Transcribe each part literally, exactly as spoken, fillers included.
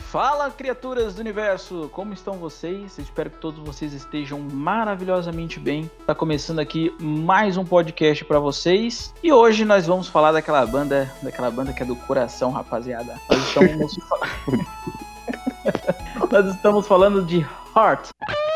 Fala, criaturas do universo! Como estão vocês? Espero que todos vocês estejam maravilhosamente bem. Tá começando aqui mais um podcast pra vocês. E hoje nós vamos falar daquela banda, daquela banda que é do coração, rapaziada. Nós estamos, nós estamos falando de Heart.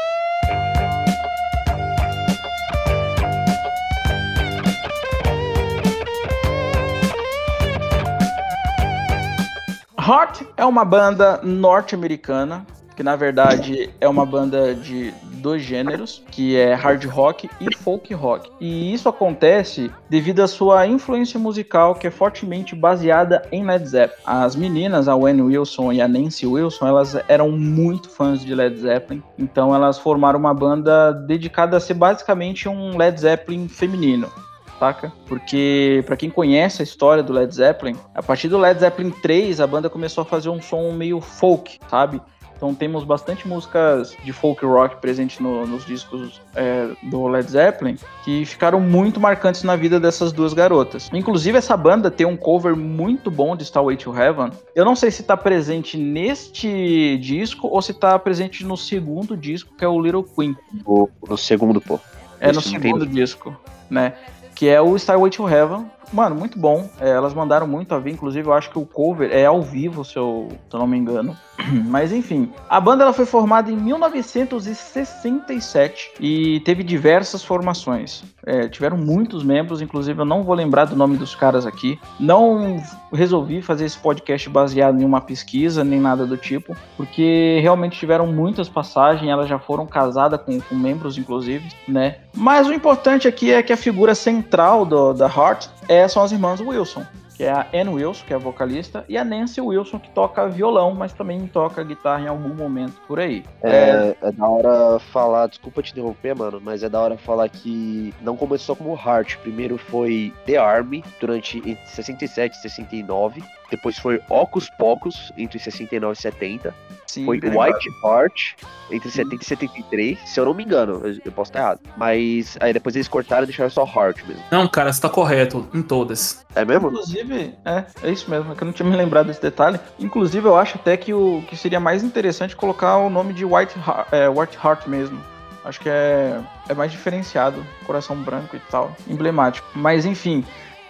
Heart é uma banda norte-americana, que na verdade é uma banda de dois gêneros, que é hard rock e folk rock. E isso acontece devido à sua influência musical, que é fortemente baseada em Led Zeppelin. As meninas, a Ann Wilson e a Nancy Wilson, elas eram muito fãs de Led Zeppelin, então elas formaram uma banda dedicada a ser basicamente um Led Zeppelin feminino. Saca? Porque, pra quem conhece a história do Led Zeppelin, a partir do Led Zeppelin três, a banda começou a fazer um som meio folk, sabe? Então temos bastante músicas de folk rock presentes no, nos discos é, do Led Zeppelin, que ficaram muito marcantes na vida dessas duas garotas. Inclusive, essa banda tem um cover muito bom de Stairway to Heaven. Eu não sei se tá presente neste disco ou se tá presente no segundo disco, que é o Little Queen. O, no segundo, pô. É no segundo disco, né? Que é o Stairway to Heaven. Mano, muito bom. É, elas mandaram muito a ver. Inclusive, eu acho que o cover é ao vivo, se eu, se eu não me engano. Mas, enfim. A banda ela foi formada em mil novecentos e sessenta e sete e teve diversas formações. É, tiveram muitos membros. Inclusive, eu não vou lembrar do nome dos caras aqui. Não resolvi fazer esse podcast baseado em uma pesquisa, nem nada do tipo. Porque realmente tiveram muitas passagens. Elas já foram casadas com, com membros, inclusive, né? Mas o importante aqui é que a figura central do, da Heart é, são as irmãs Wilson, que é a Ann Wilson, que é a vocalista, e a Nancy Wilson, que toca violão, mas também toca guitarra em algum momento por aí. É, é... é da hora falar, desculpa te interromper, mano, mas é da hora falar que não começou como Heart. Primeiro foi The Army, durante entre sessenta e sete e sessenta e nove. Depois foi Hocus Pocus, entre sessenta e nove e setenta. Sim, foi White Heart, entre hum. setenta e setenta e três, se eu não me engano, eu, eu posso estar errado. Mas aí depois eles cortaram e deixaram só Heart mesmo. Não, cara, você tá correto em todas. É mesmo? Inclusive, é, é isso mesmo, é que eu não tinha me lembrado desse detalhe. Inclusive, eu acho até que, o, que seria mais interessante colocar o nome de White Heart, é, White Heart mesmo. Acho que é, é mais diferenciado, coração branco e tal, emblemático. Mas enfim...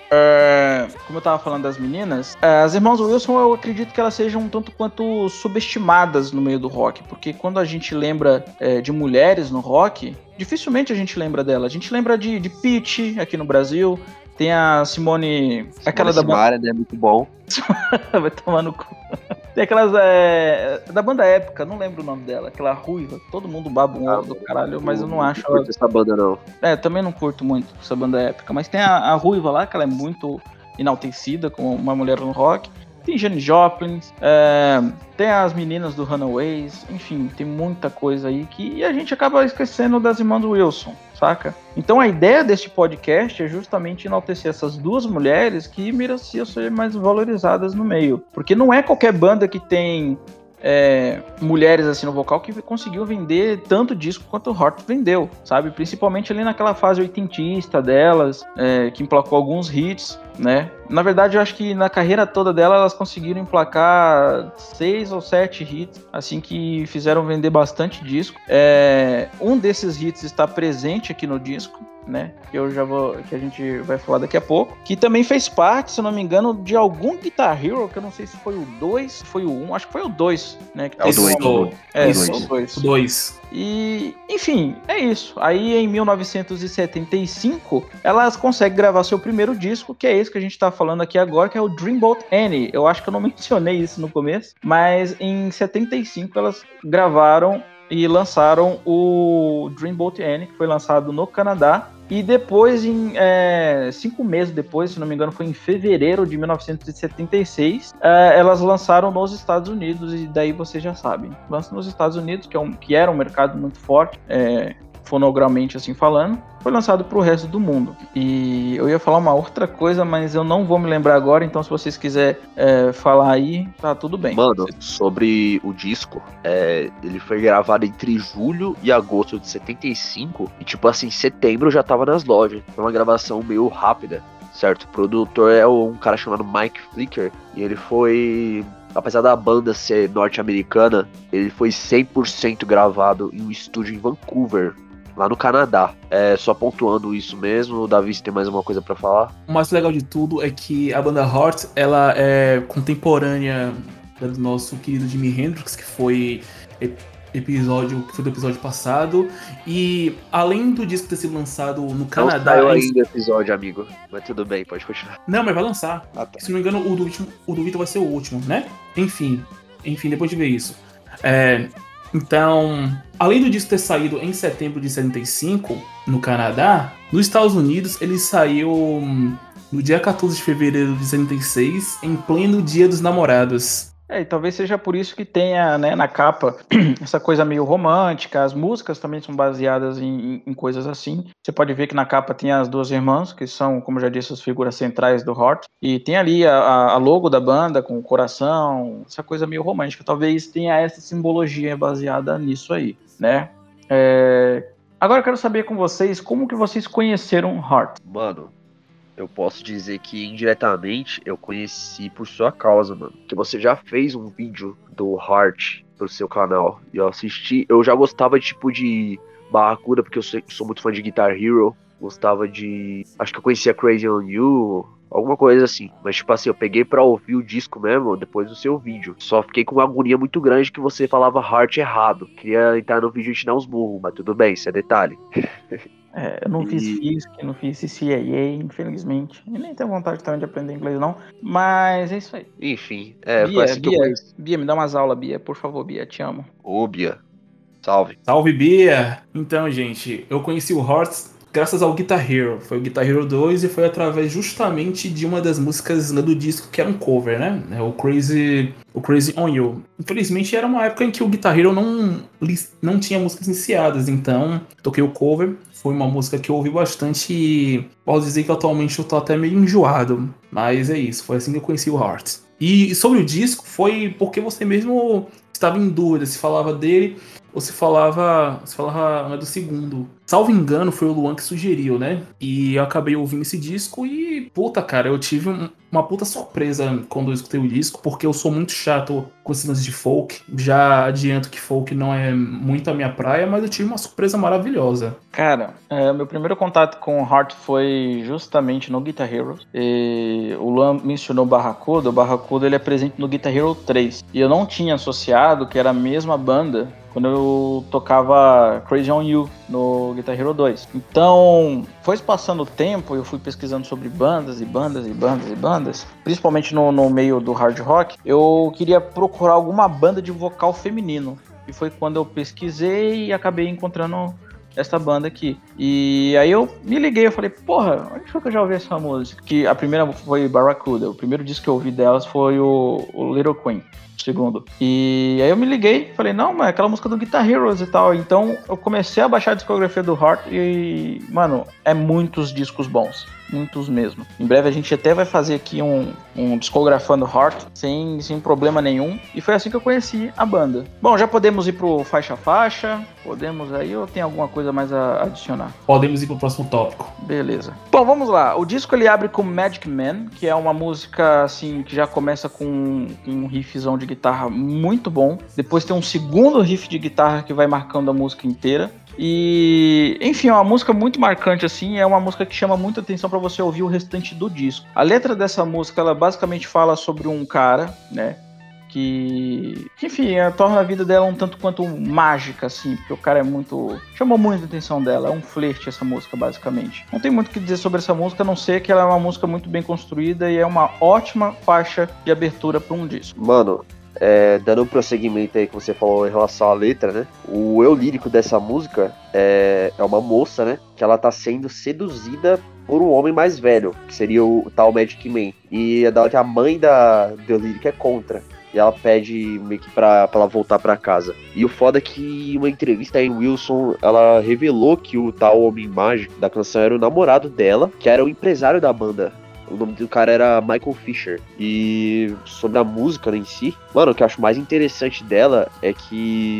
É, como eu tava falando das meninas, é, as irmãs Wilson, eu acredito que elas sejam um tanto quanto subestimadas no meio do rock, porque quando a gente lembra é, de mulheres no rock, dificilmente a gente lembra dela. A gente lembra de, de Pitty aqui no Brasil, tem a Simone, Simone aquela da banda, né, muito bom. Vai tomar no cu. Tem aquelas é, da banda épica, não lembro o nome dela, aquela ruiva, todo mundo baba um ovo do caralho, mas eu não, não acho. Não curto ela... essa banda, não. É, também não curto muito essa banda épica, mas tem a, a ruiva lá, que ela é muito enaltecida como uma mulher no rock. Tem Janis Joplin, é, tem as meninas do Runaways, enfim, tem muita coisa aí que a gente acaba esquecendo das irmãs Wilson, saca? Então a ideia deste podcast é justamente enaltecer essas duas mulheres que mereciam ser mais valorizadas no meio. Porque não é qualquer banda que tem é, mulheres assim no vocal que conseguiu vender tanto disco quanto o Heart vendeu, sabe? Principalmente ali naquela fase oitentista delas, é, que emplacou alguns hits, né? Na verdade, eu acho que na carreira toda dela, elas conseguiram emplacar seis ou sete hits, assim, que fizeram vender bastante disco. É, um desses hits está presente aqui no disco, né? Que eu já vou, que a gente vai falar daqui a pouco. Que também fez parte, se eu não me engano, de algum Guitar Hero, que eu não sei se foi o dois, se foi o um, acho que foi o dois, né? Que é o dois. Um... É, isso, o dois. O dois. E, enfim, é isso. Aí em mil novecentos e setenta e cinco, elas conseguem gravar seu primeiro disco, que é esse que a gente tá falando aqui agora, que é o Dreamboat Annie. Eu acho que eu não mencionei isso no começo, mas em setenta e cinco elas gravaram e lançaram o Dreamboat Annie, que foi lançado no Canadá. E depois, em é, cinco meses depois, se não me engano, foi em fevereiro de mil novecentos e setenta e seis, é, elas lançaram nos Estados Unidos, e daí vocês já sabem. Lançam nos Estados Unidos, que, é um, que era um mercado muito forte, é, fonogrammente assim falando, foi lançado para o resto do mundo. E eu ia falar uma outra coisa, mas eu não vou me lembrar agora, então se vocês quiserem é, falar aí, tá tudo bem. Mano, sobre o disco, é, ele foi gravado entre julho e agosto de setenta e cinco, e tipo assim, setembro já tava nas lojas. Foi uma gravação meio rápida, certo? O produtor é um cara chamado Mike Flicker, e ele foi apesar da banda ser norte-americana, ele foi cem por cento gravado em um estúdio em Vancouver, lá no Canadá. É, só pontuando isso mesmo. Davi, você tem mais uma coisa pra falar? O mais legal de tudo é que a banda Heart, ela é contemporânea do nosso querido Jimi Hendrix, que foi episódio que foi do episódio passado, e além do disco ter sido lançado no Canadá... Não saiu ainda o episódio, amigo, mas tudo bem, pode continuar. Não, mas vai lançar. Ah, tá. Se não me engano, o do, último, o do Vitor vai ser o último, né? Enfim, enfim, depois de ver isso. É, então, além do disco ter saído em setembro de setenta e cinco no Canadá, nos Estados Unidos ele saiu no dia quatorze de fevereiro de setenta e seis, em pleno Dia dos Namorados. É, e talvez seja por isso que tenha, né, na capa essa coisa meio romântica. As músicas também são baseadas em, em coisas assim. Você pode ver que na capa tem as duas irmãs, que são, como eu já disse, as figuras centrais do Heart. E tem ali a, a logo da banda com o coração, essa coisa meio romântica. Talvez tenha essa simbologia baseada nisso aí, né? É... Agora eu quero saber com vocês, como que vocês conheceram Heart? Mano, eu posso dizer que indiretamente eu conheci por sua causa, mano. Que você já fez um vídeo do Heart pro seu canal. E eu assisti, eu já gostava tipo de Barracuda, porque eu sou, sou muito fã de Guitar Hero. Gostava de... Acho que eu conhecia Crazy on You, alguma coisa assim. Mas tipo assim, eu peguei pra ouvir o disco mesmo depois do seu vídeo. Só fiquei com uma agonia muito grande que você falava Heart errado. Queria entrar no vídeo e te dar uns burros, mas tudo bem, isso é detalhe. É, eu não E... fiz física, não fiz C I A, infelizmente. E nem tenho vontade também de aprender inglês, não. Mas é isso aí. Enfim, é, Bia, foi assim que Bia, eu conheci. Bia, me dá umas aulas, Bia, por favor, Bia, te amo. Ô, Bia, salve. Salve, Bia! Então, gente, eu conheci o Heart graças ao Guitar Hero. Foi o Guitar Hero dois e foi através justamente de uma das músicas do disco que era um cover, né? O Crazy, o Crazy on You. Infelizmente era uma época em que o Guitar Hero não, não tinha músicas iniciadas, então toquei o cover. Foi uma música que eu ouvi bastante e posso dizer que atualmente eu tô até meio enjoado. Mas é isso, foi assim que eu conheci o Heart. E sobre o disco, foi porque você mesmo estava em dúvida se falava dele ou se falava, se falava do segundo. Salvo engano, foi o Luan que sugeriu, né? E eu acabei ouvindo esse disco e, puta, cara, eu tive um, uma puta surpresa quando eu escutei o disco, porque eu sou muito chato com esse lance de folk. Já adianto que folk não é muito a minha praia, mas eu tive uma surpresa maravilhosa. Cara, é, meu primeiro contato com o Heart foi justamente no Guitar Hero. E o Luan mencionou o Barracuda. O Barracuda ele é presente no Guitar Hero três. E eu não tinha associado que era a mesma banda quando eu tocava Crazy on You no Guitar Hero dois. Então, foi passando o tempo, eu fui pesquisando sobre bandas e bandas e bandas e bandas, principalmente no, no meio do hard rock. Eu queria procurar alguma banda de vocal feminino. E foi quando eu pesquisei e acabei encontrando essa banda aqui. E aí eu me liguei, eu falei, porra, onde foi que eu já ouvi essa música? Que a primeira foi Barracuda, o primeiro disco que eu ouvi delas foi o, o Little Queen, o segundo. E aí eu me liguei, falei, não, mas é aquela música do Guitar Heroes e tal. Então eu comecei a baixar a discografia do Heart e, mano, é muitos discos bons. Muitos mesmo. Em breve a gente até vai fazer aqui um, um discografando Heart sem, sem problema nenhum. E foi assim que eu conheci a banda. Bom, já podemos ir pro faixa a faixa? Podemos aí ou tem alguma coisa mais a adicionar? Podemos ir pro próximo tópico. Beleza. Bom, vamos lá. O disco ele abre com Magic Man, que é uma música assim que já começa com um riffzão de guitarra muito bom. Depois tem um segundo riff de guitarra que vai marcando a música inteira. E, enfim, é uma música muito marcante, assim, é uma música que chama muita atenção para você ouvir o restante do disco. A letra dessa música, ela basicamente fala sobre um cara, né, que, que enfim, é, torna a vida dela um tanto quanto mágica, assim, porque o cara é muito... chamou muito a atenção dela, é um flerte essa música, basicamente. Não tem muito o que dizer sobre essa música, a não ser que ela é uma música muito bem construída e é uma ótima faixa de abertura para um disco. Mano... É, dando um prosseguimento aí que você falou em relação à letra, né? O eu lírico dessa música é, é uma moça, né? Que ela tá sendo seduzida por um homem mais velho, que seria o, o tal Magic Man. E é da hora que a mãe da do eu lírico é contra. E ela pede meio que pra, pra ela voltar pra casa. E o foda é que em uma entrevista aí, Wilson, ela revelou que o tal homem mágico da canção era o namorado dela, que era o empresário da banda. O nome do cara era Michael Fisher. E sobre a música em si, mano, o que eu acho mais interessante dela é que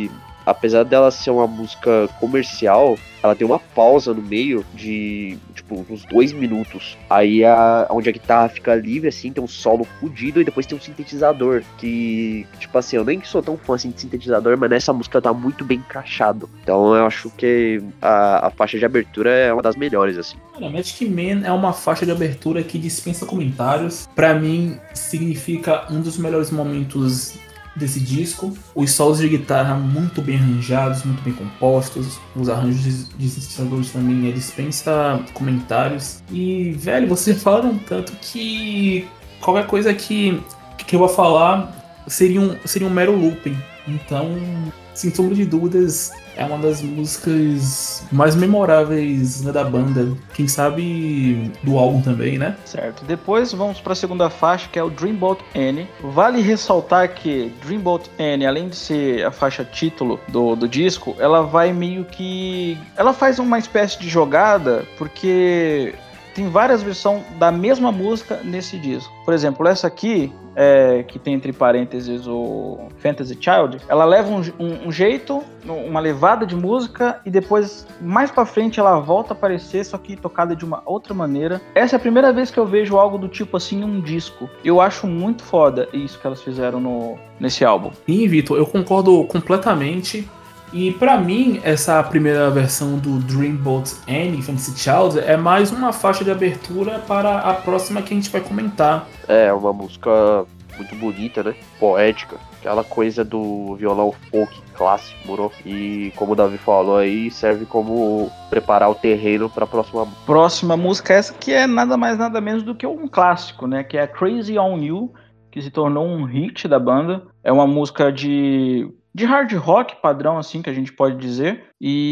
apesar dela ser uma música comercial, ela tem uma pausa no meio de, tipo, uns dois minutos. Aí, a, onde a guitarra fica livre, assim, tem um solo fudido e depois tem um sintetizador. Que, tipo assim, eu nem sou tão fã, assim, de sintetizador, mas nessa música tá muito bem encaixado. Então, eu acho que a, a faixa de abertura é uma das melhores, assim. Cara, Magic Man é uma faixa de abertura que dispensa comentários. Pra mim, significa um dos melhores momentos desse disco. Os solos de guitarra muito bem arranjados, muito bem compostos. Os arranjos de, de sintetizadores também é dispensa comentários. E, velho, vocês falaram tanto que qualquer coisa que, que eu vou falar seria um, seria um mero looping. Então, sem sombra de dúvidas, é uma das músicas mais memoráveis, né, da banda. Quem sabe do álbum também, né? Certo. Depois vamos para a segunda faixa, que é o Dreamboat Annie. Vale ressaltar que Dreamboat Annie, além de ser a faixa título do, do disco, ela vai meio que... Ela faz uma espécie de jogada, porque tem várias versões da mesma música nesse disco. Por exemplo, essa aqui, é, que tem entre parênteses o Fantasy Child, ela leva um, um, um jeito, uma levada de música, e depois, mais pra frente, ela volta a aparecer, só que tocada de uma outra maneira. Essa é a primeira vez que eu vejo algo do tipo assim em um disco. Eu acho muito foda isso que elas fizeram no, nesse álbum. Sim, Vitor, eu concordo completamente. E pra mim, essa primeira versão do Dreamboat Annie, Fantasy Child, é mais uma faixa de abertura para a próxima que a gente vai comentar. É uma música muito bonita, né? Poética. Aquela coisa do violão folk clássico, moro? E como o Davi falou aí, serve como preparar o terreno para a próxima música. Próxima música essa que é nada mais nada menos do que um clássico, né? Que é Crazy on You, que se tornou um hit da banda. É uma música de... de hard rock padrão, assim, que a gente pode dizer,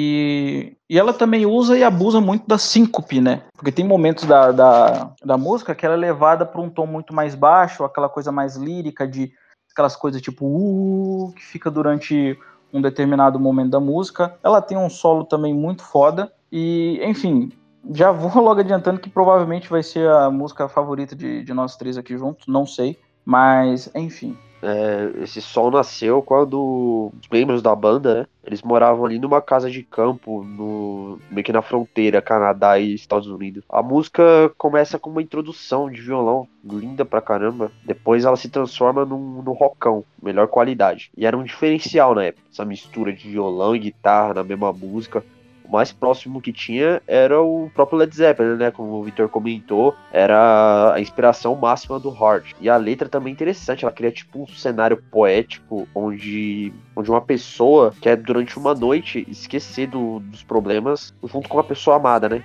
e, e ela também usa e abusa muito da síncope, né, porque tem momentos da, da, da música que ela é levada para um tom muito mais baixo, aquela coisa mais lírica, de aquelas coisas tipo, uh, que fica durante um determinado momento da música. Ela tem um solo também muito foda, e, enfim, já vou logo adiantando que provavelmente vai ser a música favorita de, de nós três aqui juntos, não sei, mas, enfim... É, esse som nasceu quando os membros da banda, né, eles moravam ali numa casa de campo, no, meio que na fronteira, Canadá e Estados Unidos. A música começa com uma introdução de violão linda pra caramba. Depois ela se transforma num, num rockão, melhor qualidade. E era um diferencial na época, essa mistura de violão e guitarra na mesma música. O mais próximo que tinha era o próprio Led Zeppelin, né? Como o Victor comentou, era a inspiração máxima do Heart. E a letra também é interessante, ela cria tipo um cenário poético onde, onde uma pessoa quer durante uma noite esquecer do, dos problemas junto com a pessoa amada, né?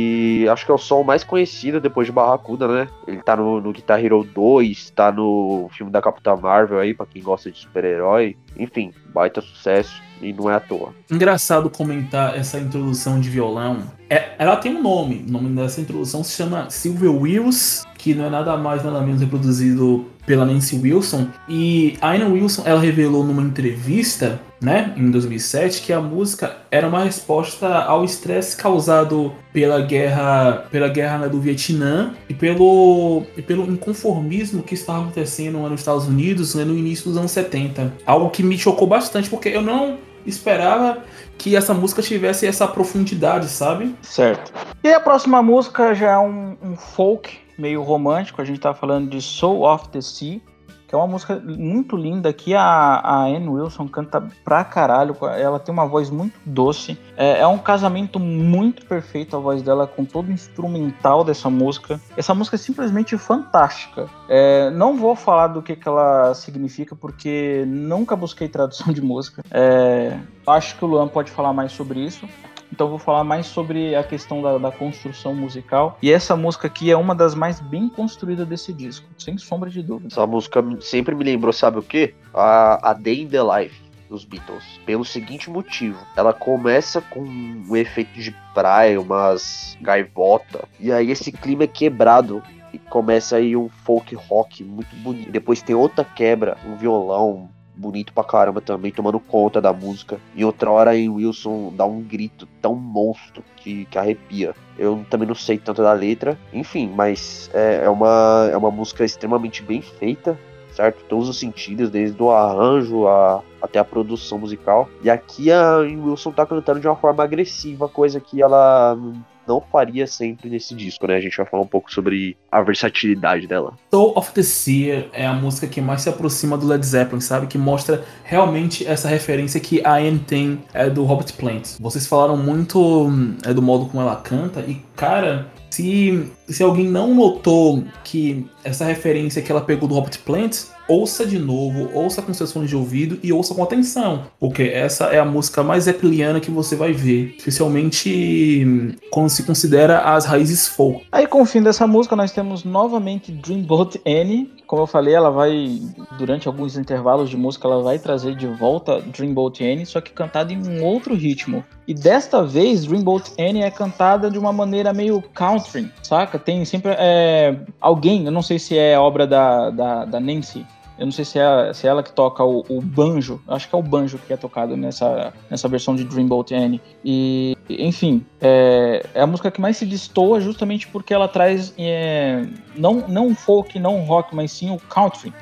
E acho que é o som mais conhecido depois de Barracuda, né? Ele tá no, no Guitar Hero dois, tá no filme da Capitã Marvel aí, pra quem gosta de super-herói. Enfim, baita sucesso. E não é à toa. Engraçado comentar essa introdução de violão. É, ela tem um nome. O nome dessa introdução se chama Silver Wheels, que não é nada mais, nada menos reproduzido pela Nancy Wilson. E a Anna Wilson, ela revelou numa entrevista, né, em dois mil e sete, que a música era uma resposta ao estresse causado pela guerra, pela guerra né, do Vietnã e pelo, e pelo inconformismo que estava acontecendo nos Estados Unidos, né, no início dos anos setenta. Algo que me chocou bastante, porque eu não esperava que essa música tivesse essa profundidade, sabe? Certo. E a próxima música já é um, um folk meio romântico. A gente tá falando de Soul of the Sea, que é uma música muito linda, que a, a Ann Wilson canta pra caralho. Ela tem uma voz muito doce. É, é um casamento muito perfeito a voz dela com todo o instrumental dessa música. Essa música é simplesmente fantástica. É, não vou falar do que, que ela significa, porque nunca busquei tradução de música. É, acho que o Luan pode falar mais sobre isso. Então eu vou falar mais sobre a questão da, da construção musical. E essa música aqui é uma das mais bem construídas desse disco, sem sombra de dúvida. Essa música sempre me lembrou, sabe o quê? A, a Day in the Life dos Beatles. Pelo seguinte motivo. Ela começa com um efeito de praia, umas gaivota. E aí esse clima é quebrado. E começa aí um folk rock muito bonito. Depois tem outra quebra, um violão bonito pra caramba também, tomando conta da música. E outra hora em Wilson dá um grito tão monstro que, que arrepia. Eu também não sei tanto da letra, enfim, mas é, é, uma, é uma música extremamente bem feita. certo? Todos os sentidos, desde o arranjo a, até a produção musical. E aqui a Wilson tá cantando de uma forma agressiva, coisa que ela não faria sempre nesse disco, né? A gente vai falar um pouco sobre a versatilidade dela. Soul of the Seer é a música que mais se aproxima do Led Zeppelin, sabe? Que mostra realmente essa referência que a Anne tem é, do Robert Plant. Vocês falaram muito é, do modo como ela canta e, cara, se, se alguém não notou que essa referência que ela pegou do Robert Plant, ouça de novo, ouça com seus fones de ouvido e ouça com atenção, porque essa é a música mais zeppeliana que você vai ver, especialmente quando se considera as raízes folk. Aí com o fim dessa música nós temos novamente Dreamboat Annie. Como eu falei, ela vai, durante alguns intervalos de música, ela vai trazer de volta Dreamboat Annie, só que cantada em um outro ritmo. E desta vez, Dreamboat Annie é cantada de uma maneira meio country, saca? Tem sempre é, alguém, eu não sei se é obra da, da, da Nancy, eu não sei se é, se é ela que toca o, o banjo, acho que é o banjo que é tocado nessa, nessa versão de Dreamboat Annie. E, enfim, é, é a música que mais se destoa justamente porque ela traz é, não, não folk, não rock, mas sim o country.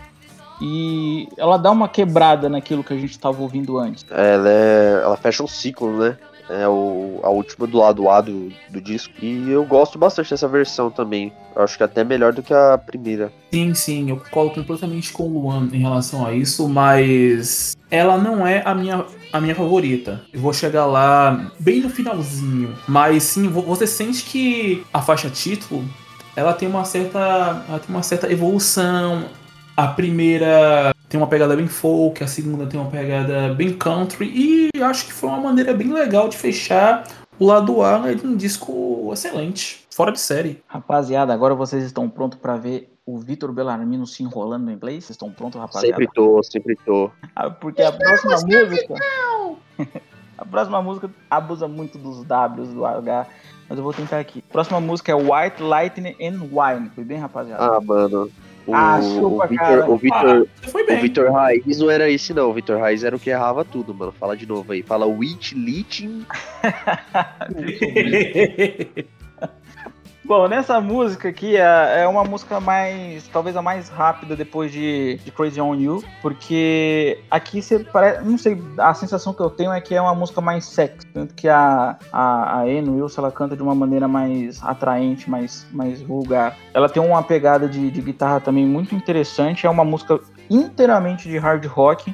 E ela dá uma quebrada naquilo que a gente estava ouvindo antes. Ela, é, ela fecha um ciclo, né? É o, a última do lado A do, do disco. E eu gosto bastante dessa versão também. Eu acho que é até melhor do que a primeira. Sim, sim, eu concordo completamente com o Luan em relação a isso, mas ela não é a minha, a minha favorita. Eu vou chegar lá bem no finalzinho. Mas sim, você sente que a faixa título, ela tem uma certa, ela tem uma certa evolução. A primeira tem uma pegada bem folk, a segunda tem uma pegada bem country, e acho que foi uma maneira bem legal de fechar o lado A, né, de um disco excelente, fora de série. Rapaziada, agora vocês estão prontos para ver o Vitor Bellarmino se enrolando no inglês? Vocês estão prontos, rapaziada? Sempre tô, sempre tô. Ah, porque a próxima música... a próxima música abusa muito dos Ws, do H, mas eu vou tentar aqui. A próxima música é White Lightning and Wine. Foi bem, rapaziada? Ah, mano... O, ah, chupa, o Vitor, cara. O Vitor, ah, foi bem. O Vitor Raiz não era esse, não. O Vitor Raiz era o que errava tudo, mano. Fala de novo aí. Fala Witch Litin. Bom, nessa música aqui é, é uma música mais, talvez a mais rápida depois de, de Crazy On You, porque aqui você parece, não sei, a sensação que eu tenho é que é uma música mais sexy, tanto que a, a, a Anne Wilson, ela canta de uma maneira mais atraente, mais, mais vulgar. Ela tem uma pegada de, de guitarra também muito interessante, é uma música inteiramente de hard rock.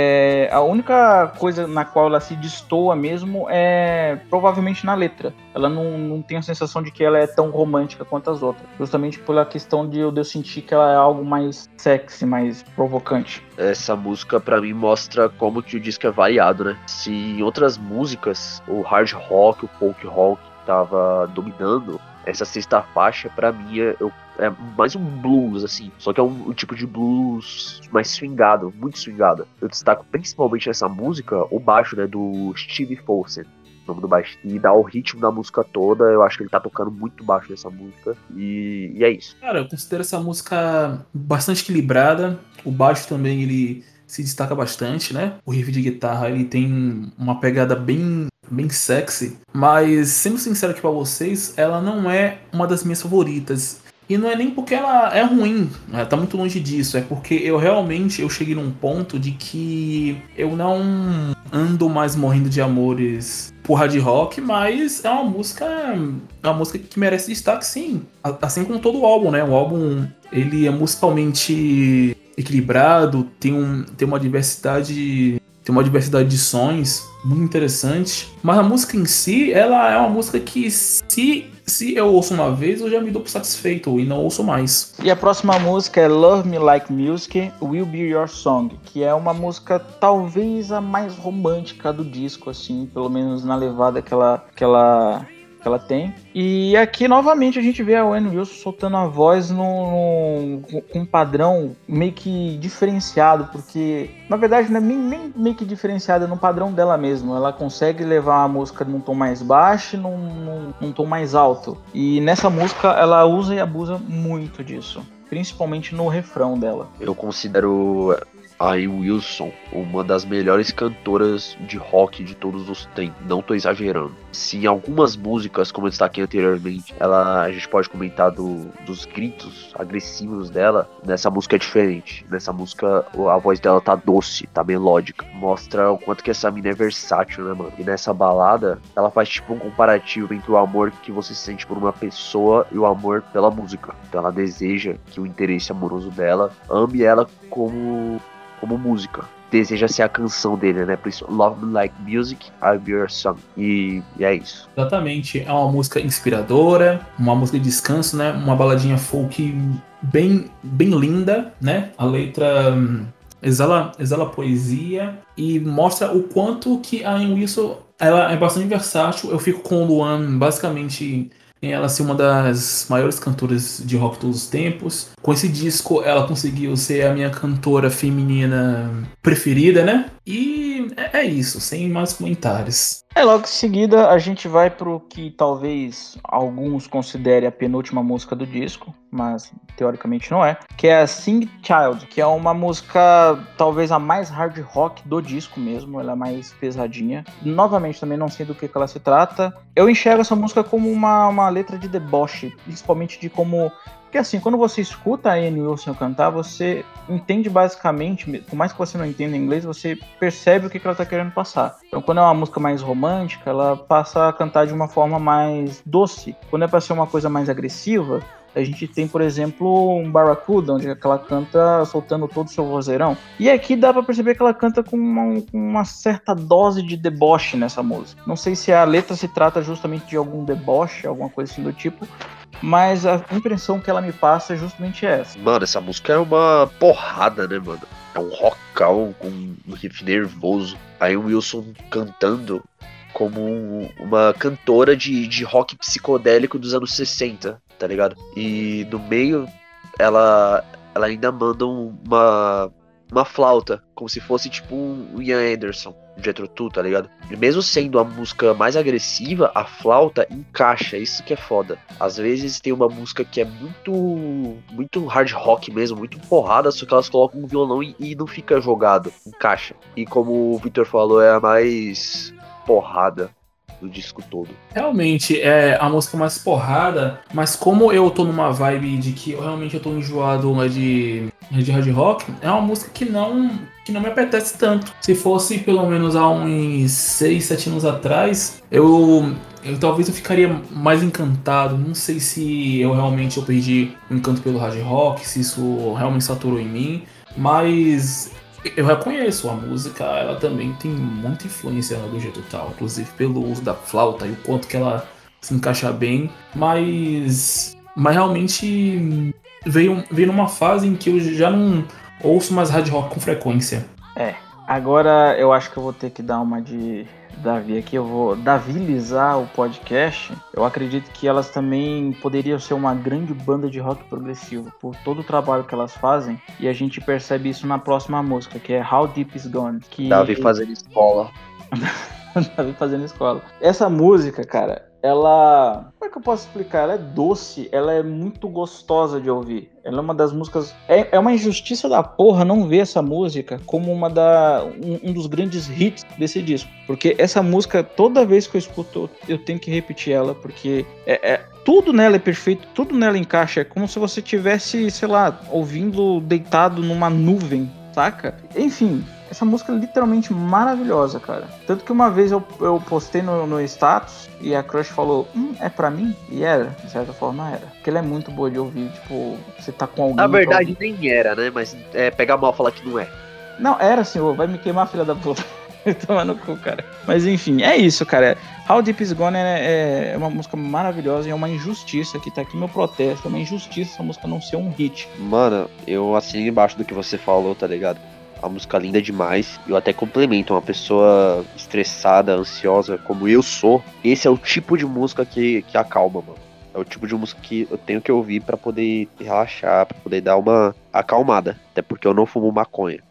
É, a única coisa na qual ela se destoa mesmo é provavelmente na letra. Ela não, não tem a sensação de que ela é tão romântica quanto as outras, justamente pela questão de eu, de eu sentir que ela é algo mais sexy, mais provocante. Essa música pra mim mostra como que o disco é variado, né? Se em outras músicas o hard rock, o folk rock tava dominando, essa sexta faixa pra mim é, eu, é mais um blues, assim, só que é um, um tipo de blues mais swingado, muito swingado. Eu destaco principalmente nessa música o baixo, né, do Steve Fossen, o nome do baixo, e dá o ritmo da música toda. Eu acho que ele tá tocando muito baixo nessa música, e, e é isso. Cara, eu considero essa música bastante equilibrada, o baixo também ele se destaca bastante, né? O riff de guitarra ele tem uma pegada bem bem sexy, mas sendo sincero aqui pra vocês, ela não é uma das minhas favoritas. E não é nem porque ela é ruim, ela tá muito longe disso, é porque eu realmente eu cheguei num ponto de que eu não ando mais morrendo de amores por hard rock, mas é uma música, é uma música que merece destaque, sim, assim como todo o álbum, né? O álbum ele é musicalmente equilibrado, tem, um, tem uma diversidade tem uma diversidade de sons muito interessante, mas a música em si, ela é uma música que se, se eu ouço uma vez, eu já me dou por satisfeito e não ouço mais. E a próxima música é Love Me Like Music, Will Be Your Song, que é uma música talvez a mais romântica do disco, assim, pelo menos na levada que ela, que ela, que ela tem. E aqui novamente a gente vê a Anne Wilson soltando a voz no, no, com um padrão meio que diferenciado, porque na verdade não é nem, nem meio que diferenciada, é no padrão dela mesmo. Ela consegue levar a música num tom mais baixo e num, num, num tom mais alto. E nessa música ela usa e abusa muito disso, principalmente no refrão dela. Eu considero A Ann Wilson, uma das melhores cantoras de rock de todos os tempos. Não tô exagerando. Se em algumas músicas, como eu destaquei anteriormente, ela, a gente pode comentar do, dos gritos agressivos dela, nessa música é diferente. Nessa música a voz dela tá doce, tá melódica. Mostra o quanto que essa mina é versátil, né, mano? E nessa balada, ela faz tipo um comparativo entre o amor que você sente por uma pessoa e o amor pela música. Então ela deseja que o interesse amoroso dela ame ela como... como música, deseja ser a canção dele, né? Por isso, Love Me Like Music, I'll Be Your Song. E, e é isso. Exatamente, é uma música inspiradora, uma música de descanso, né? Uma baladinha folk bem, bem linda, né? A letra hum, exala, exala poesia e mostra o quanto que a Ann Wilson ela é bastante versátil. Eu fico com o Luan basicamente em ela ser uma das maiores cantoras de rock de todos os tempos. Com esse disco, ela conseguiu ser a minha cantora feminina preferida, né? E é isso, sem mais comentários. É, logo em seguida a gente vai pro que talvez alguns considerem a penúltima música do disco, mas teoricamente não é, que é a Sing Child, que é uma música talvez a mais hard rock do disco mesmo, ela é mais pesadinha. Novamente também não sei do que, que ela se trata. Eu enxergo essa música como uma, uma letra de deboche, principalmente de como... Porque assim, quando você escuta a Ann Wilson cantar, você entende basicamente, por mais que você não entenda inglês, você percebe o que ela tá querendo passar. Então quando é uma música mais romântica, ela passa a cantar de uma forma mais doce. Quando é pra ser uma coisa mais agressiva, a gente tem, por exemplo, um Barracuda, onde ela canta soltando todo o seu vozeirão. E aqui dá pra perceber que ela canta com uma, com uma certa dose de deboche nessa música. Não sei se a letra se trata justamente de algum deboche, alguma coisa assim do tipo, mas a impressão que ela me passa é justamente essa. Mano, essa música é uma porrada, né, mano? É um rockão com um riff nervoso. Aí o Wilson cantando como uma cantora de, de rock psicodélico dos anos sessenta, tá ligado? E no meio ela, ela ainda manda uma, uma flauta, como se fosse tipo um Ian Anderson, Jethro Tull, tá ligado? E mesmo sendo a música mais agressiva, a flauta encaixa, isso que é foda. Às vezes tem uma música que é muito muito hard rock mesmo, muito porrada, só que elas colocam um violão e, e não fica jogado, encaixa. E como o Victor falou, é a mais porrada do disco todo. Realmente, é a música mais porrada, mas como eu tô numa vibe de que eu realmente eu tô enjoado de, de hard rock, é uma música que não, que não me apetece tanto. Se fosse pelo menos há uns seis, sete anos atrás, eu, eu talvez eu ficaria mais encantado. Não sei se eu realmente eu perdi o encanto pelo hard rock, se isso realmente saturou em mim, mas... eu reconheço a música, ela também tem muita influência do Jethro Tull, inclusive pelo uso da flauta e o quanto que ela se encaixa bem, mas, mas realmente veio, veio numa fase em que eu já não ouço mais hard rock com frequência. É, agora eu acho que eu vou ter que dar uma de Davi aqui, eu vou davilizar o podcast. Eu acredito que elas também poderiam ser uma grande banda de rock progressivo por todo o trabalho que elas fazem, e a gente percebe isso na próxima música, que é How Deep Is Gone, que... Davi fazendo escola. Davi fazendo escola. Essa música, cara, ela... como é que eu posso explicar? Ela é doce, ela é muito gostosa de ouvir. Ela é uma das músicas... É, é uma injustiça da porra não ver essa música como uma da... um, um dos grandes hits desse disco. Porque essa música, toda vez que eu escuto, eu tenho que repetir ela, porque é, é, tudo nela é perfeito, tudo nela encaixa. É como se você tivesse, sei lá, ouvindo deitado numa nuvem, saca? Enfim... essa música é literalmente maravilhosa, cara. Tanto que uma vez eu, eu postei no, no status e a crush falou, hum, é pra mim? E era, de certa forma era. Porque ela é muito boa de ouvir, tipo, você tá com alguém... Na verdade nem era, né? Mas é pegar mal falar que não é. Não, era, senhor. Vai me queimar, filha da puta. Toma no cu, cara. Mas enfim, é isso, cara. How Deep Is Gone é, é uma música maravilhosa e é uma injustiça, que tá aqui meu protesto, é uma injustiça essa música não ser um hit. Mano, eu assino embaixo do que você falou, tá ligado? A música linda demais. Eu até complemento, uma pessoa estressada, ansiosa, como eu sou. Esse é o tipo de música que, que acalma, mano. É o tipo de música que eu tenho que ouvir pra poder relaxar, pra poder dar uma acalmada. Até porque eu não fumo maconha.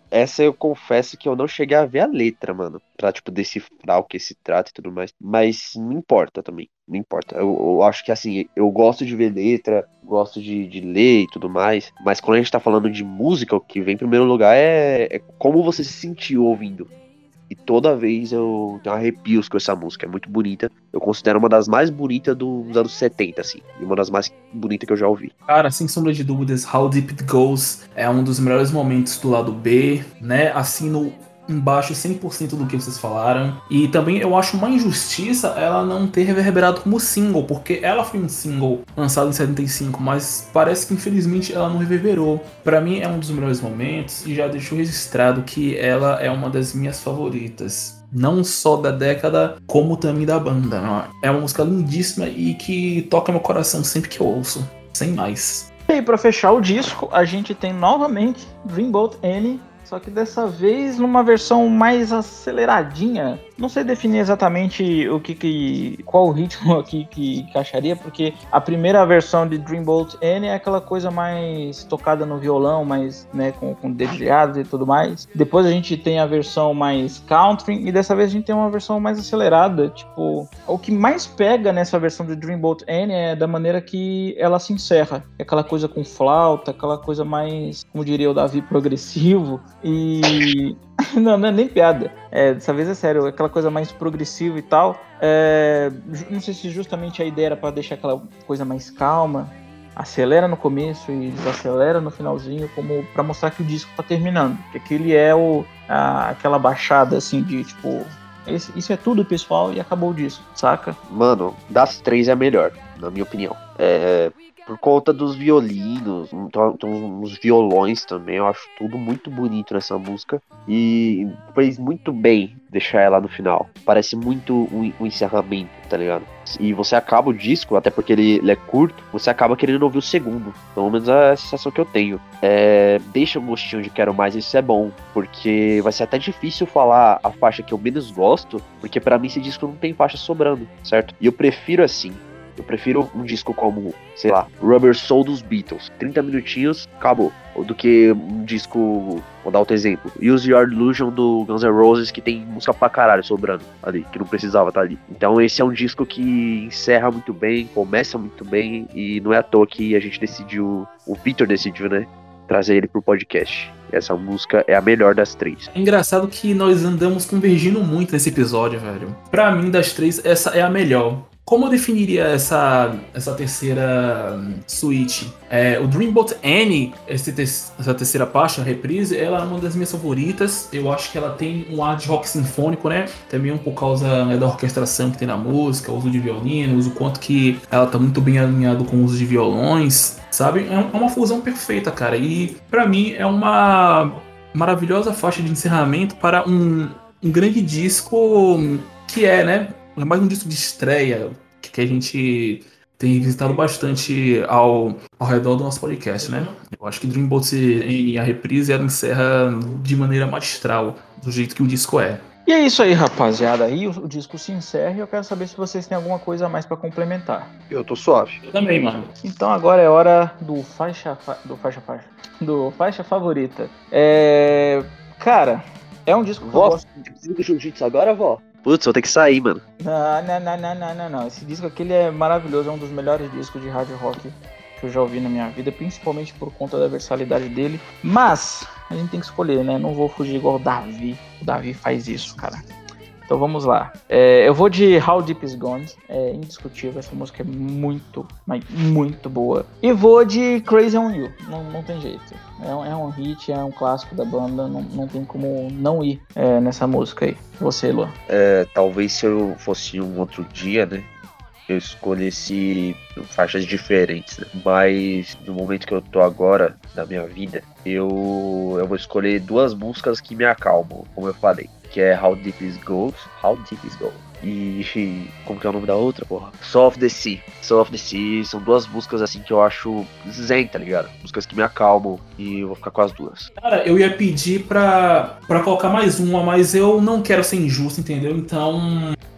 essa eu confesso que eu não cheguei a ver a letra, mano. Pra, tipo, decifrar o que se trata e tudo mais. Mas não importa também. Não importa. Eu, eu acho que, assim, eu gosto de ver letra, gosto de, de ler e tudo mais. Mas quando a gente tá falando de música, o que vem em primeiro lugar é, é como você se sentiu ouvindo. E toda vez eu tenho arrepios com essa música. É muito bonita. Eu considero uma das mais bonitas dos anos setenta, assim. E uma das mais bonitas que eu já ouvi. Cara, sem sombra de dúvidas, How Deep It Goes é um dos melhores momentos do lado B, né? Assino embaixo cem por cento do que vocês falaram. E também eu acho uma injustiça ela não ter reverberado como single, porque ela foi um single lançado em setenta e cinco, mas parece que infelizmente ela não reverberou. Pra mim é um dos melhores momentos e já deixou registrado que ela é uma das minhas favoritas. Não só da década, como também da banda. É uma música lindíssima e que toca meu coração sempre que eu ouço. Sem mais. E aí, pra fechar o disco, a gente tem novamente Dreamboat Annie, só que dessa vez numa versão mais aceleradinha. Não sei definir exatamente o que, que qual o ritmo aqui que encaixaria, porque a primeira versão de Dreamboat Annie é aquela coisa mais tocada no violão, mais, né, com, com dedilhados e tudo mais. Depois a gente tem a versão mais country e dessa vez a gente tem uma versão mais acelerada. Tipo, o que mais pega nessa versão de Dreamboat Annie é da maneira que ela se encerra. É aquela coisa com flauta, aquela coisa mais, como diria o Davi, progressivo. E... não, não é nem piada. É, dessa vez é sério, aquela coisa mais progressiva e tal. É, não sei se justamente a ideia era para deixar aquela coisa mais calma. Acelera no começo e desacelera no finalzinho, como para mostrar que o disco tá terminando. Que aquele é o, a, aquela baixada assim de tipo... Esse, isso é tudo, pessoal, e acabou o disco, saca? Mano, das três é a melhor, na minha opinião. É... Por conta dos violinos, tem uns violões também, eu acho tudo muito bonito nessa música. E fez muito bem deixar ela no final. Parece muito um, um encerramento, tá ligado? E você acaba o disco, até porque ele, ele é curto, você acaba querendo ouvir o segundo. Pelo menos é a sensação que eu tenho. É, deixa um gostinho de quero mais, isso é bom. Porque vai ser até difícil falar a faixa que eu menos gosto, porque pra mim esse disco não tem faixa sobrando, certo? E eu prefiro assim. Eu prefiro um disco como, sei lá, Rubber Soul dos Beatles. trinta minutinhos, acabou. Do que um disco, vou dar outro exemplo, Use Your Illusion do Guns N' Roses, que tem música pra caralho sobrando ali, que não precisava estar ali. Então esse é um disco que encerra muito bem, começa muito bem, e não é à toa que a gente decidiu, o Victor decidiu, né, trazer ele pro podcast. Essa música é a melhor das três. É engraçado que nós andamos convergindo muito nesse episódio, velho. Pra mim, das três, essa é a melhor. Como eu definiria essa, essa terceira suíte? É, o Dreamboat Annie, esse te- essa terceira parte, a reprise, ela é uma das minhas favoritas. Eu acho que ela tem um ar de rock sinfônico, né? Também por causa, né, da orquestração que tem na música, o uso de violinos, o quanto que ela tá muito bem alinhado com o uso de violões, sabe? É uma fusão perfeita, cara. E pra mim é uma maravilhosa faixa de encerramento para um, um grande disco que é, né? É mais um disco de estreia que a gente tem visitado bastante ao, ao redor do nosso podcast, né? Eu acho que Dreamboat em a reprise ela encerra de maneira magistral, do jeito que o disco é. E é isso aí, rapaziada. Aí o, o disco se encerra e eu quero saber se vocês têm alguma coisa a mais pra complementar. Eu tô suave. Eu também, mano. Então agora é hora do faixa fa- do faixa faixa do faixa favorita. É, cara, é um disco que Vó, eu gosto. você precisa do jiu-jitsu agora, vó? Putz, vou ter que sair, mano. Não, não, não, não, não, não, não. Esse disco aqui ele é maravilhoso, é um dos melhores discos de hard rock que eu já ouvi na minha vida, principalmente por conta da versatilidade dele. Mas a gente tem que escolher, né? Não vou fugir igual o Davi. O Davi faz isso, cara. Então vamos lá. É, eu vou de How Deep Is Gone. É indiscutível, essa música é muito, mas muito boa. E vou de Crazy On You. Não, não tem jeito. É um, é um hit, é um clássico da banda. Não, não tem como não ir é, nessa música aí. Você, Luan. É, talvez se eu fosse um outro dia, né? Eu escolhesse faixas diferentes, né? Mas no momento que eu tô agora, na minha vida, eu, eu vou escolher duas músicas que me acalmam, como eu falei. Que é How Deep Is Gold, How Deep Is Gold. E como que é o nome da outra, porra? Soul of the Sea. Soul of the Sea são duas músicas assim que eu acho zen, tá ligado? Músicas que me acalmam e eu vou ficar com as duas. Cara, eu ia pedir pra, pra colocar mais uma, mas eu não quero ser injusto, entendeu? Então,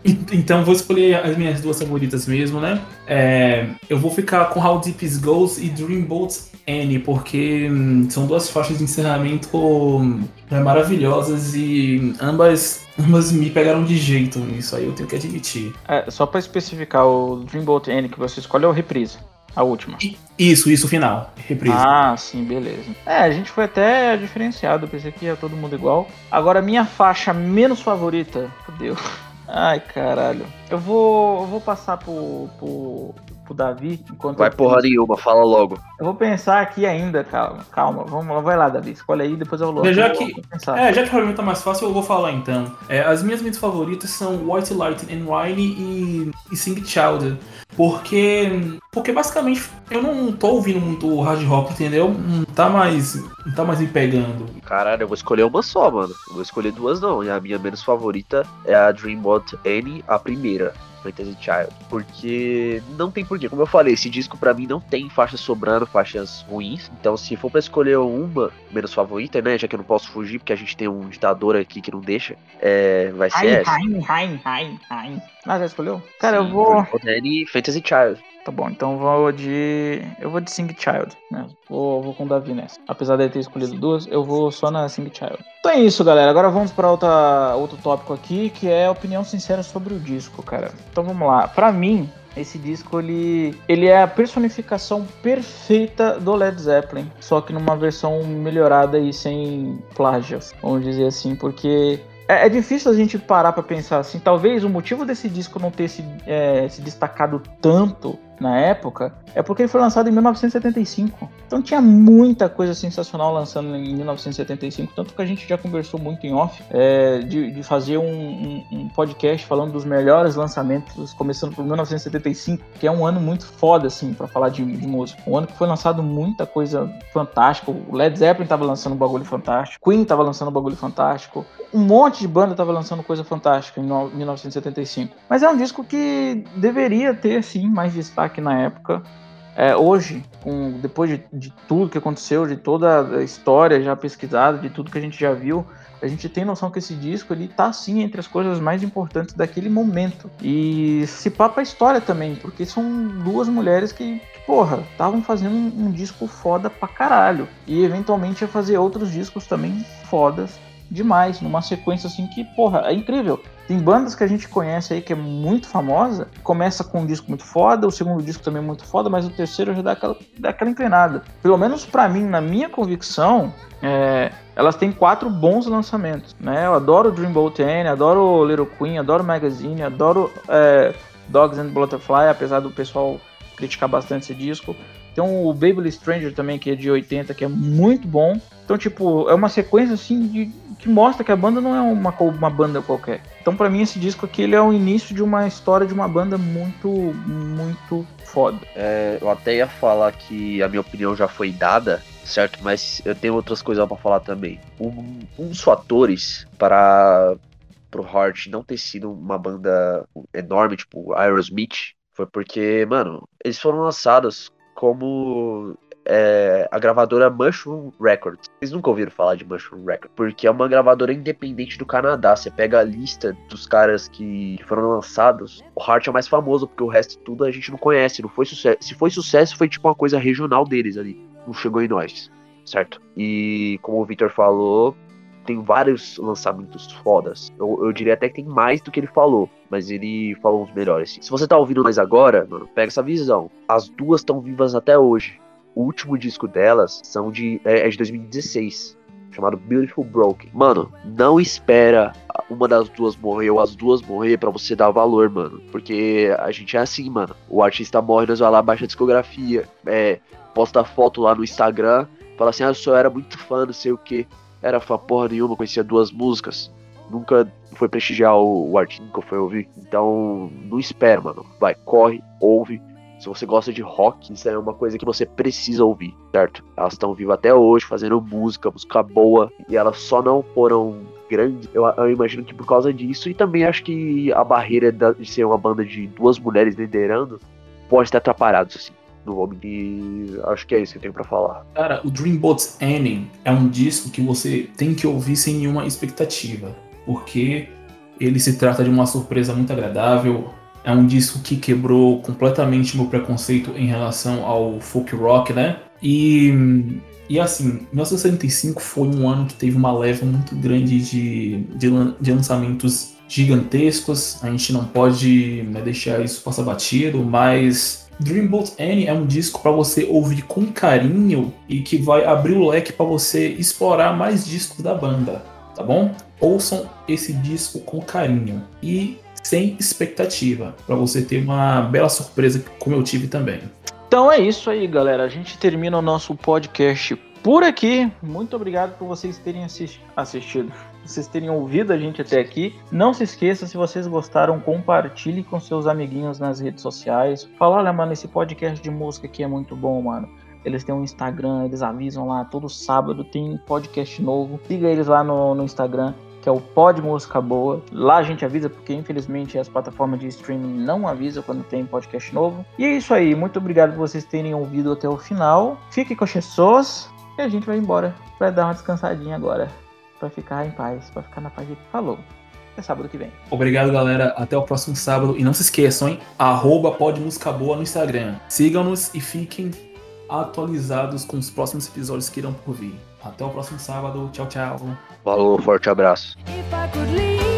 Então vou escolher as minhas duas favoritas mesmo, né? É, eu vou ficar com How Deep It Goes e Dreamboat Annie, porque hum, são duas faixas de encerramento hum, maravilhosas e ambas, ambas me pegaram de jeito nisso, aí eu tenho que admitir. É, só pra especificar, o Dreamboat Annie que você escolhe é o Reprise, a última. Isso, isso, final. Reprise. Ah, sim, beleza. É, a gente foi até diferenciado, eu pensei que ia todo mundo igual. Agora, minha faixa menos favorita, fodeu. Ai, caralho. Eu vou, eu vou passar pro, pro, pro Davi. Enquanto Vai eu porra penso. nenhuma, fala logo. Eu vou pensar aqui ainda, calma, calma. Vamos lá, vai lá, Davi. Escolhe aí, depois eu vou Já eu que, vou pensar. é, já que pra mim tá mais fácil, eu vou falar então. É, as minhas minhas favoritas são White Light and Wine e, e Sing Child. Porque, porque basicamente eu não tô ouvindo muito hard rock, entendeu? Não tá mais, não tá mais me pegando. Caralho, eu vou escolher uma só, mano. Eu vou escolher duas não. E a minha menos favorita é a Dreamboat Annie, a primeira. Fantasy Child, porque não tem porquê, como eu falei, esse disco pra mim não tem faixas sobrando, faixas ruins, então se for pra escolher uma menos favorita, né, já que eu não posso fugir, porque a gente tem um ditador aqui que não deixa, é, vai ser Ai, essa. ai, ai, ai, ai. Ah, já escolheu? Cara, Sim, eu vou... e Fantasy Child. Tá bom, então eu vou de... Eu vou de Sing Child, né? Vou, vou com o Davi nessa. Apesar de ele ter escolhido duas, eu vou só na Sing Child. Então é isso, galera. Agora vamos pra outra, outro tópico aqui, que é a opinião sincera sobre o disco, cara. Então vamos lá. Pra mim, esse disco, ele, ele é a personificação perfeita do Led Zeppelin, só que numa versão melhorada e sem plágios, vamos dizer assim, porque... É, é difícil a gente parar pra pensar assim. Talvez o motivo desse disco não ter se, é, se destacado tanto na época é porque ele foi lançado em mil novecentos e setenta e cinco. Então tinha muita coisa sensacional lançando em mil novecentos e setenta e cinco. Tanto que a gente já conversou muito em off é, de, de fazer um, um, um podcast falando dos melhores lançamentos, começando por mil novecentos e setenta e cinco, que é um ano muito foda, assim, pra falar de, de música. Um ano que foi lançado muita coisa fantástica. O Led Zeppelin tava lançando um bagulho fantástico, Queen tava lançando um bagulho fantástico, um monte de banda tava lançando coisa fantástica em mil novecentos e setenta e cinco. Mas é um disco que deveria ter, sim, mais destaque na época. É, hoje, com, depois de, de tudo que aconteceu, de toda a história já pesquisada, de tudo que a gente já viu, a gente tem noção que esse disco ele tá sim entre as coisas mais importantes daquele momento. E se pá pra história também, porque são duas mulheres que, que porra, estavam fazendo um, um disco foda pra caralho. E eventualmente ia fazer outros discos também fodas demais, numa sequência assim que, porra, é incrível. Tem bandas que a gente conhece aí que é muito famosa, começa com um disco muito foda, o segundo disco também é muito foda, mas o terceiro já dá aquela, dá aquela inclinada. Pelo menos pra mim, na minha convicção, é, elas têm quatro bons lançamentos, né? Eu adoro Dreamboat Annie, adoro Little Queen, adoro Magazine, adoro é, Dogs and Butterfly, apesar do pessoal criticar bastante esse disco. Tem o Baby Stranger também, que é de oitenta, que é muito bom. Então, tipo, é uma sequência assim de, que mostra que a banda não é uma, uma banda qualquer. Então, pra mim, esse disco aqui ele é o início de uma história de uma banda muito, muito foda. É, eu até ia falar que a minha opinião já foi dada, certo? Mas eu tenho outras coisas pra falar também. Um, um dos fatores para pro Heart não ter sido uma banda enorme, tipo Aerosmith, foi porque, mano, eles foram lançados como é, a gravadora Mushroom Records. Vocês nunca ouviram falar de Mushroom Records? Porque é uma gravadora independente do Canadá. Você pega a lista dos caras que foram lançados, o Heart é o mais famoso, porque o resto tudo a gente não conhece, não foi sucesso. Se foi sucesso, foi tipo uma coisa regional deles ali, não chegou em nós, certo? E como o Victor falou, tem vários lançamentos fodas. Eu, eu diria até que tem mais do que ele falou, mas ele falou uns melhores. Se você tá ouvindo nós agora, mano, pega essa visão. As duas estão vivas até hoje. O último disco delas são de, é, é de dois mil e dezesseis, chamado Beautiful Broken. Mano, não espera uma das duas morrer ou as duas morrer pra você dar valor, mano. Porque a gente é assim, mano. O artista morre, nós vai lá, baixa a discografia, é, posta foto lá no Instagram, fala assim, ah, eu só era muito fã, não sei o que. Era fã porra nenhuma, conhecia duas músicas, nunca foi prestigiar o, o artista, nunca foi ouvir. Então, não espera, mano. Vai, corre, ouve. Se você gosta de rock, isso é uma coisa que você precisa ouvir, certo? Elas estão vivas até hoje, fazendo música, música boa, e elas só não foram grandes, eu, eu imagino que por causa disso, e também acho que a barreira de ser uma banda de duas mulheres liderando pode ter atrapalhado, assim. No nome de... Acho que é isso que eu tenho pra falar. Cara, o Dreamboat Annie é um disco que você tem que ouvir sem nenhuma expectativa, porque ele se trata de uma surpresa muito agradável. É um disco que quebrou completamente meu preconceito em relação ao folk rock, né? E, e assim, mil novecentos e setenta e cinco foi um ano que teve uma leva muito grande de, de, de lançamentos gigantescos. A gente não pode, né, deixar isso passar batido, mas Dreamboat Annie é um disco para você ouvir com carinho e que vai abrir o leque para você explorar mais discos da banda, tá bom? Ouçam esse disco com carinho e sem expectativa, para você ter uma bela surpresa como eu tive também. Então é isso aí, galera. A gente termina o nosso podcast por aqui. Muito obrigado por vocês terem assisti- assistido, vocês terem ouvido a gente até aqui. Não se esqueça, se vocês gostaram, compartilhe com seus amiguinhos nas redes sociais. Fala, olha, mano, esse podcast de música aqui é muito bom, mano. Eles têm um Instagram, eles avisam lá, todo sábado tem podcast novo. Siga eles lá no, no Instagram, que é o Pod Música Boa. Lá a gente avisa, porque infelizmente as plataformas de streaming não avisam quando tem podcast novo. E é isso aí, muito obrigado por vocês terem ouvido até o final. Fique com as pessoas e a gente vai embora pra dar uma descansadinha agora, pra ficar em paz, pra ficar na paz. Falou, até sábado que vem. Obrigado, galera, até o próximo sábado. E não se esqueçam, hein? Arroba Pod Música Boa no Instagram. Sigam-nos e fiquem atualizados com os próximos episódios que irão por vir. Até o próximo sábado. Tchau, tchau. Falou, forte abraço. If I could leave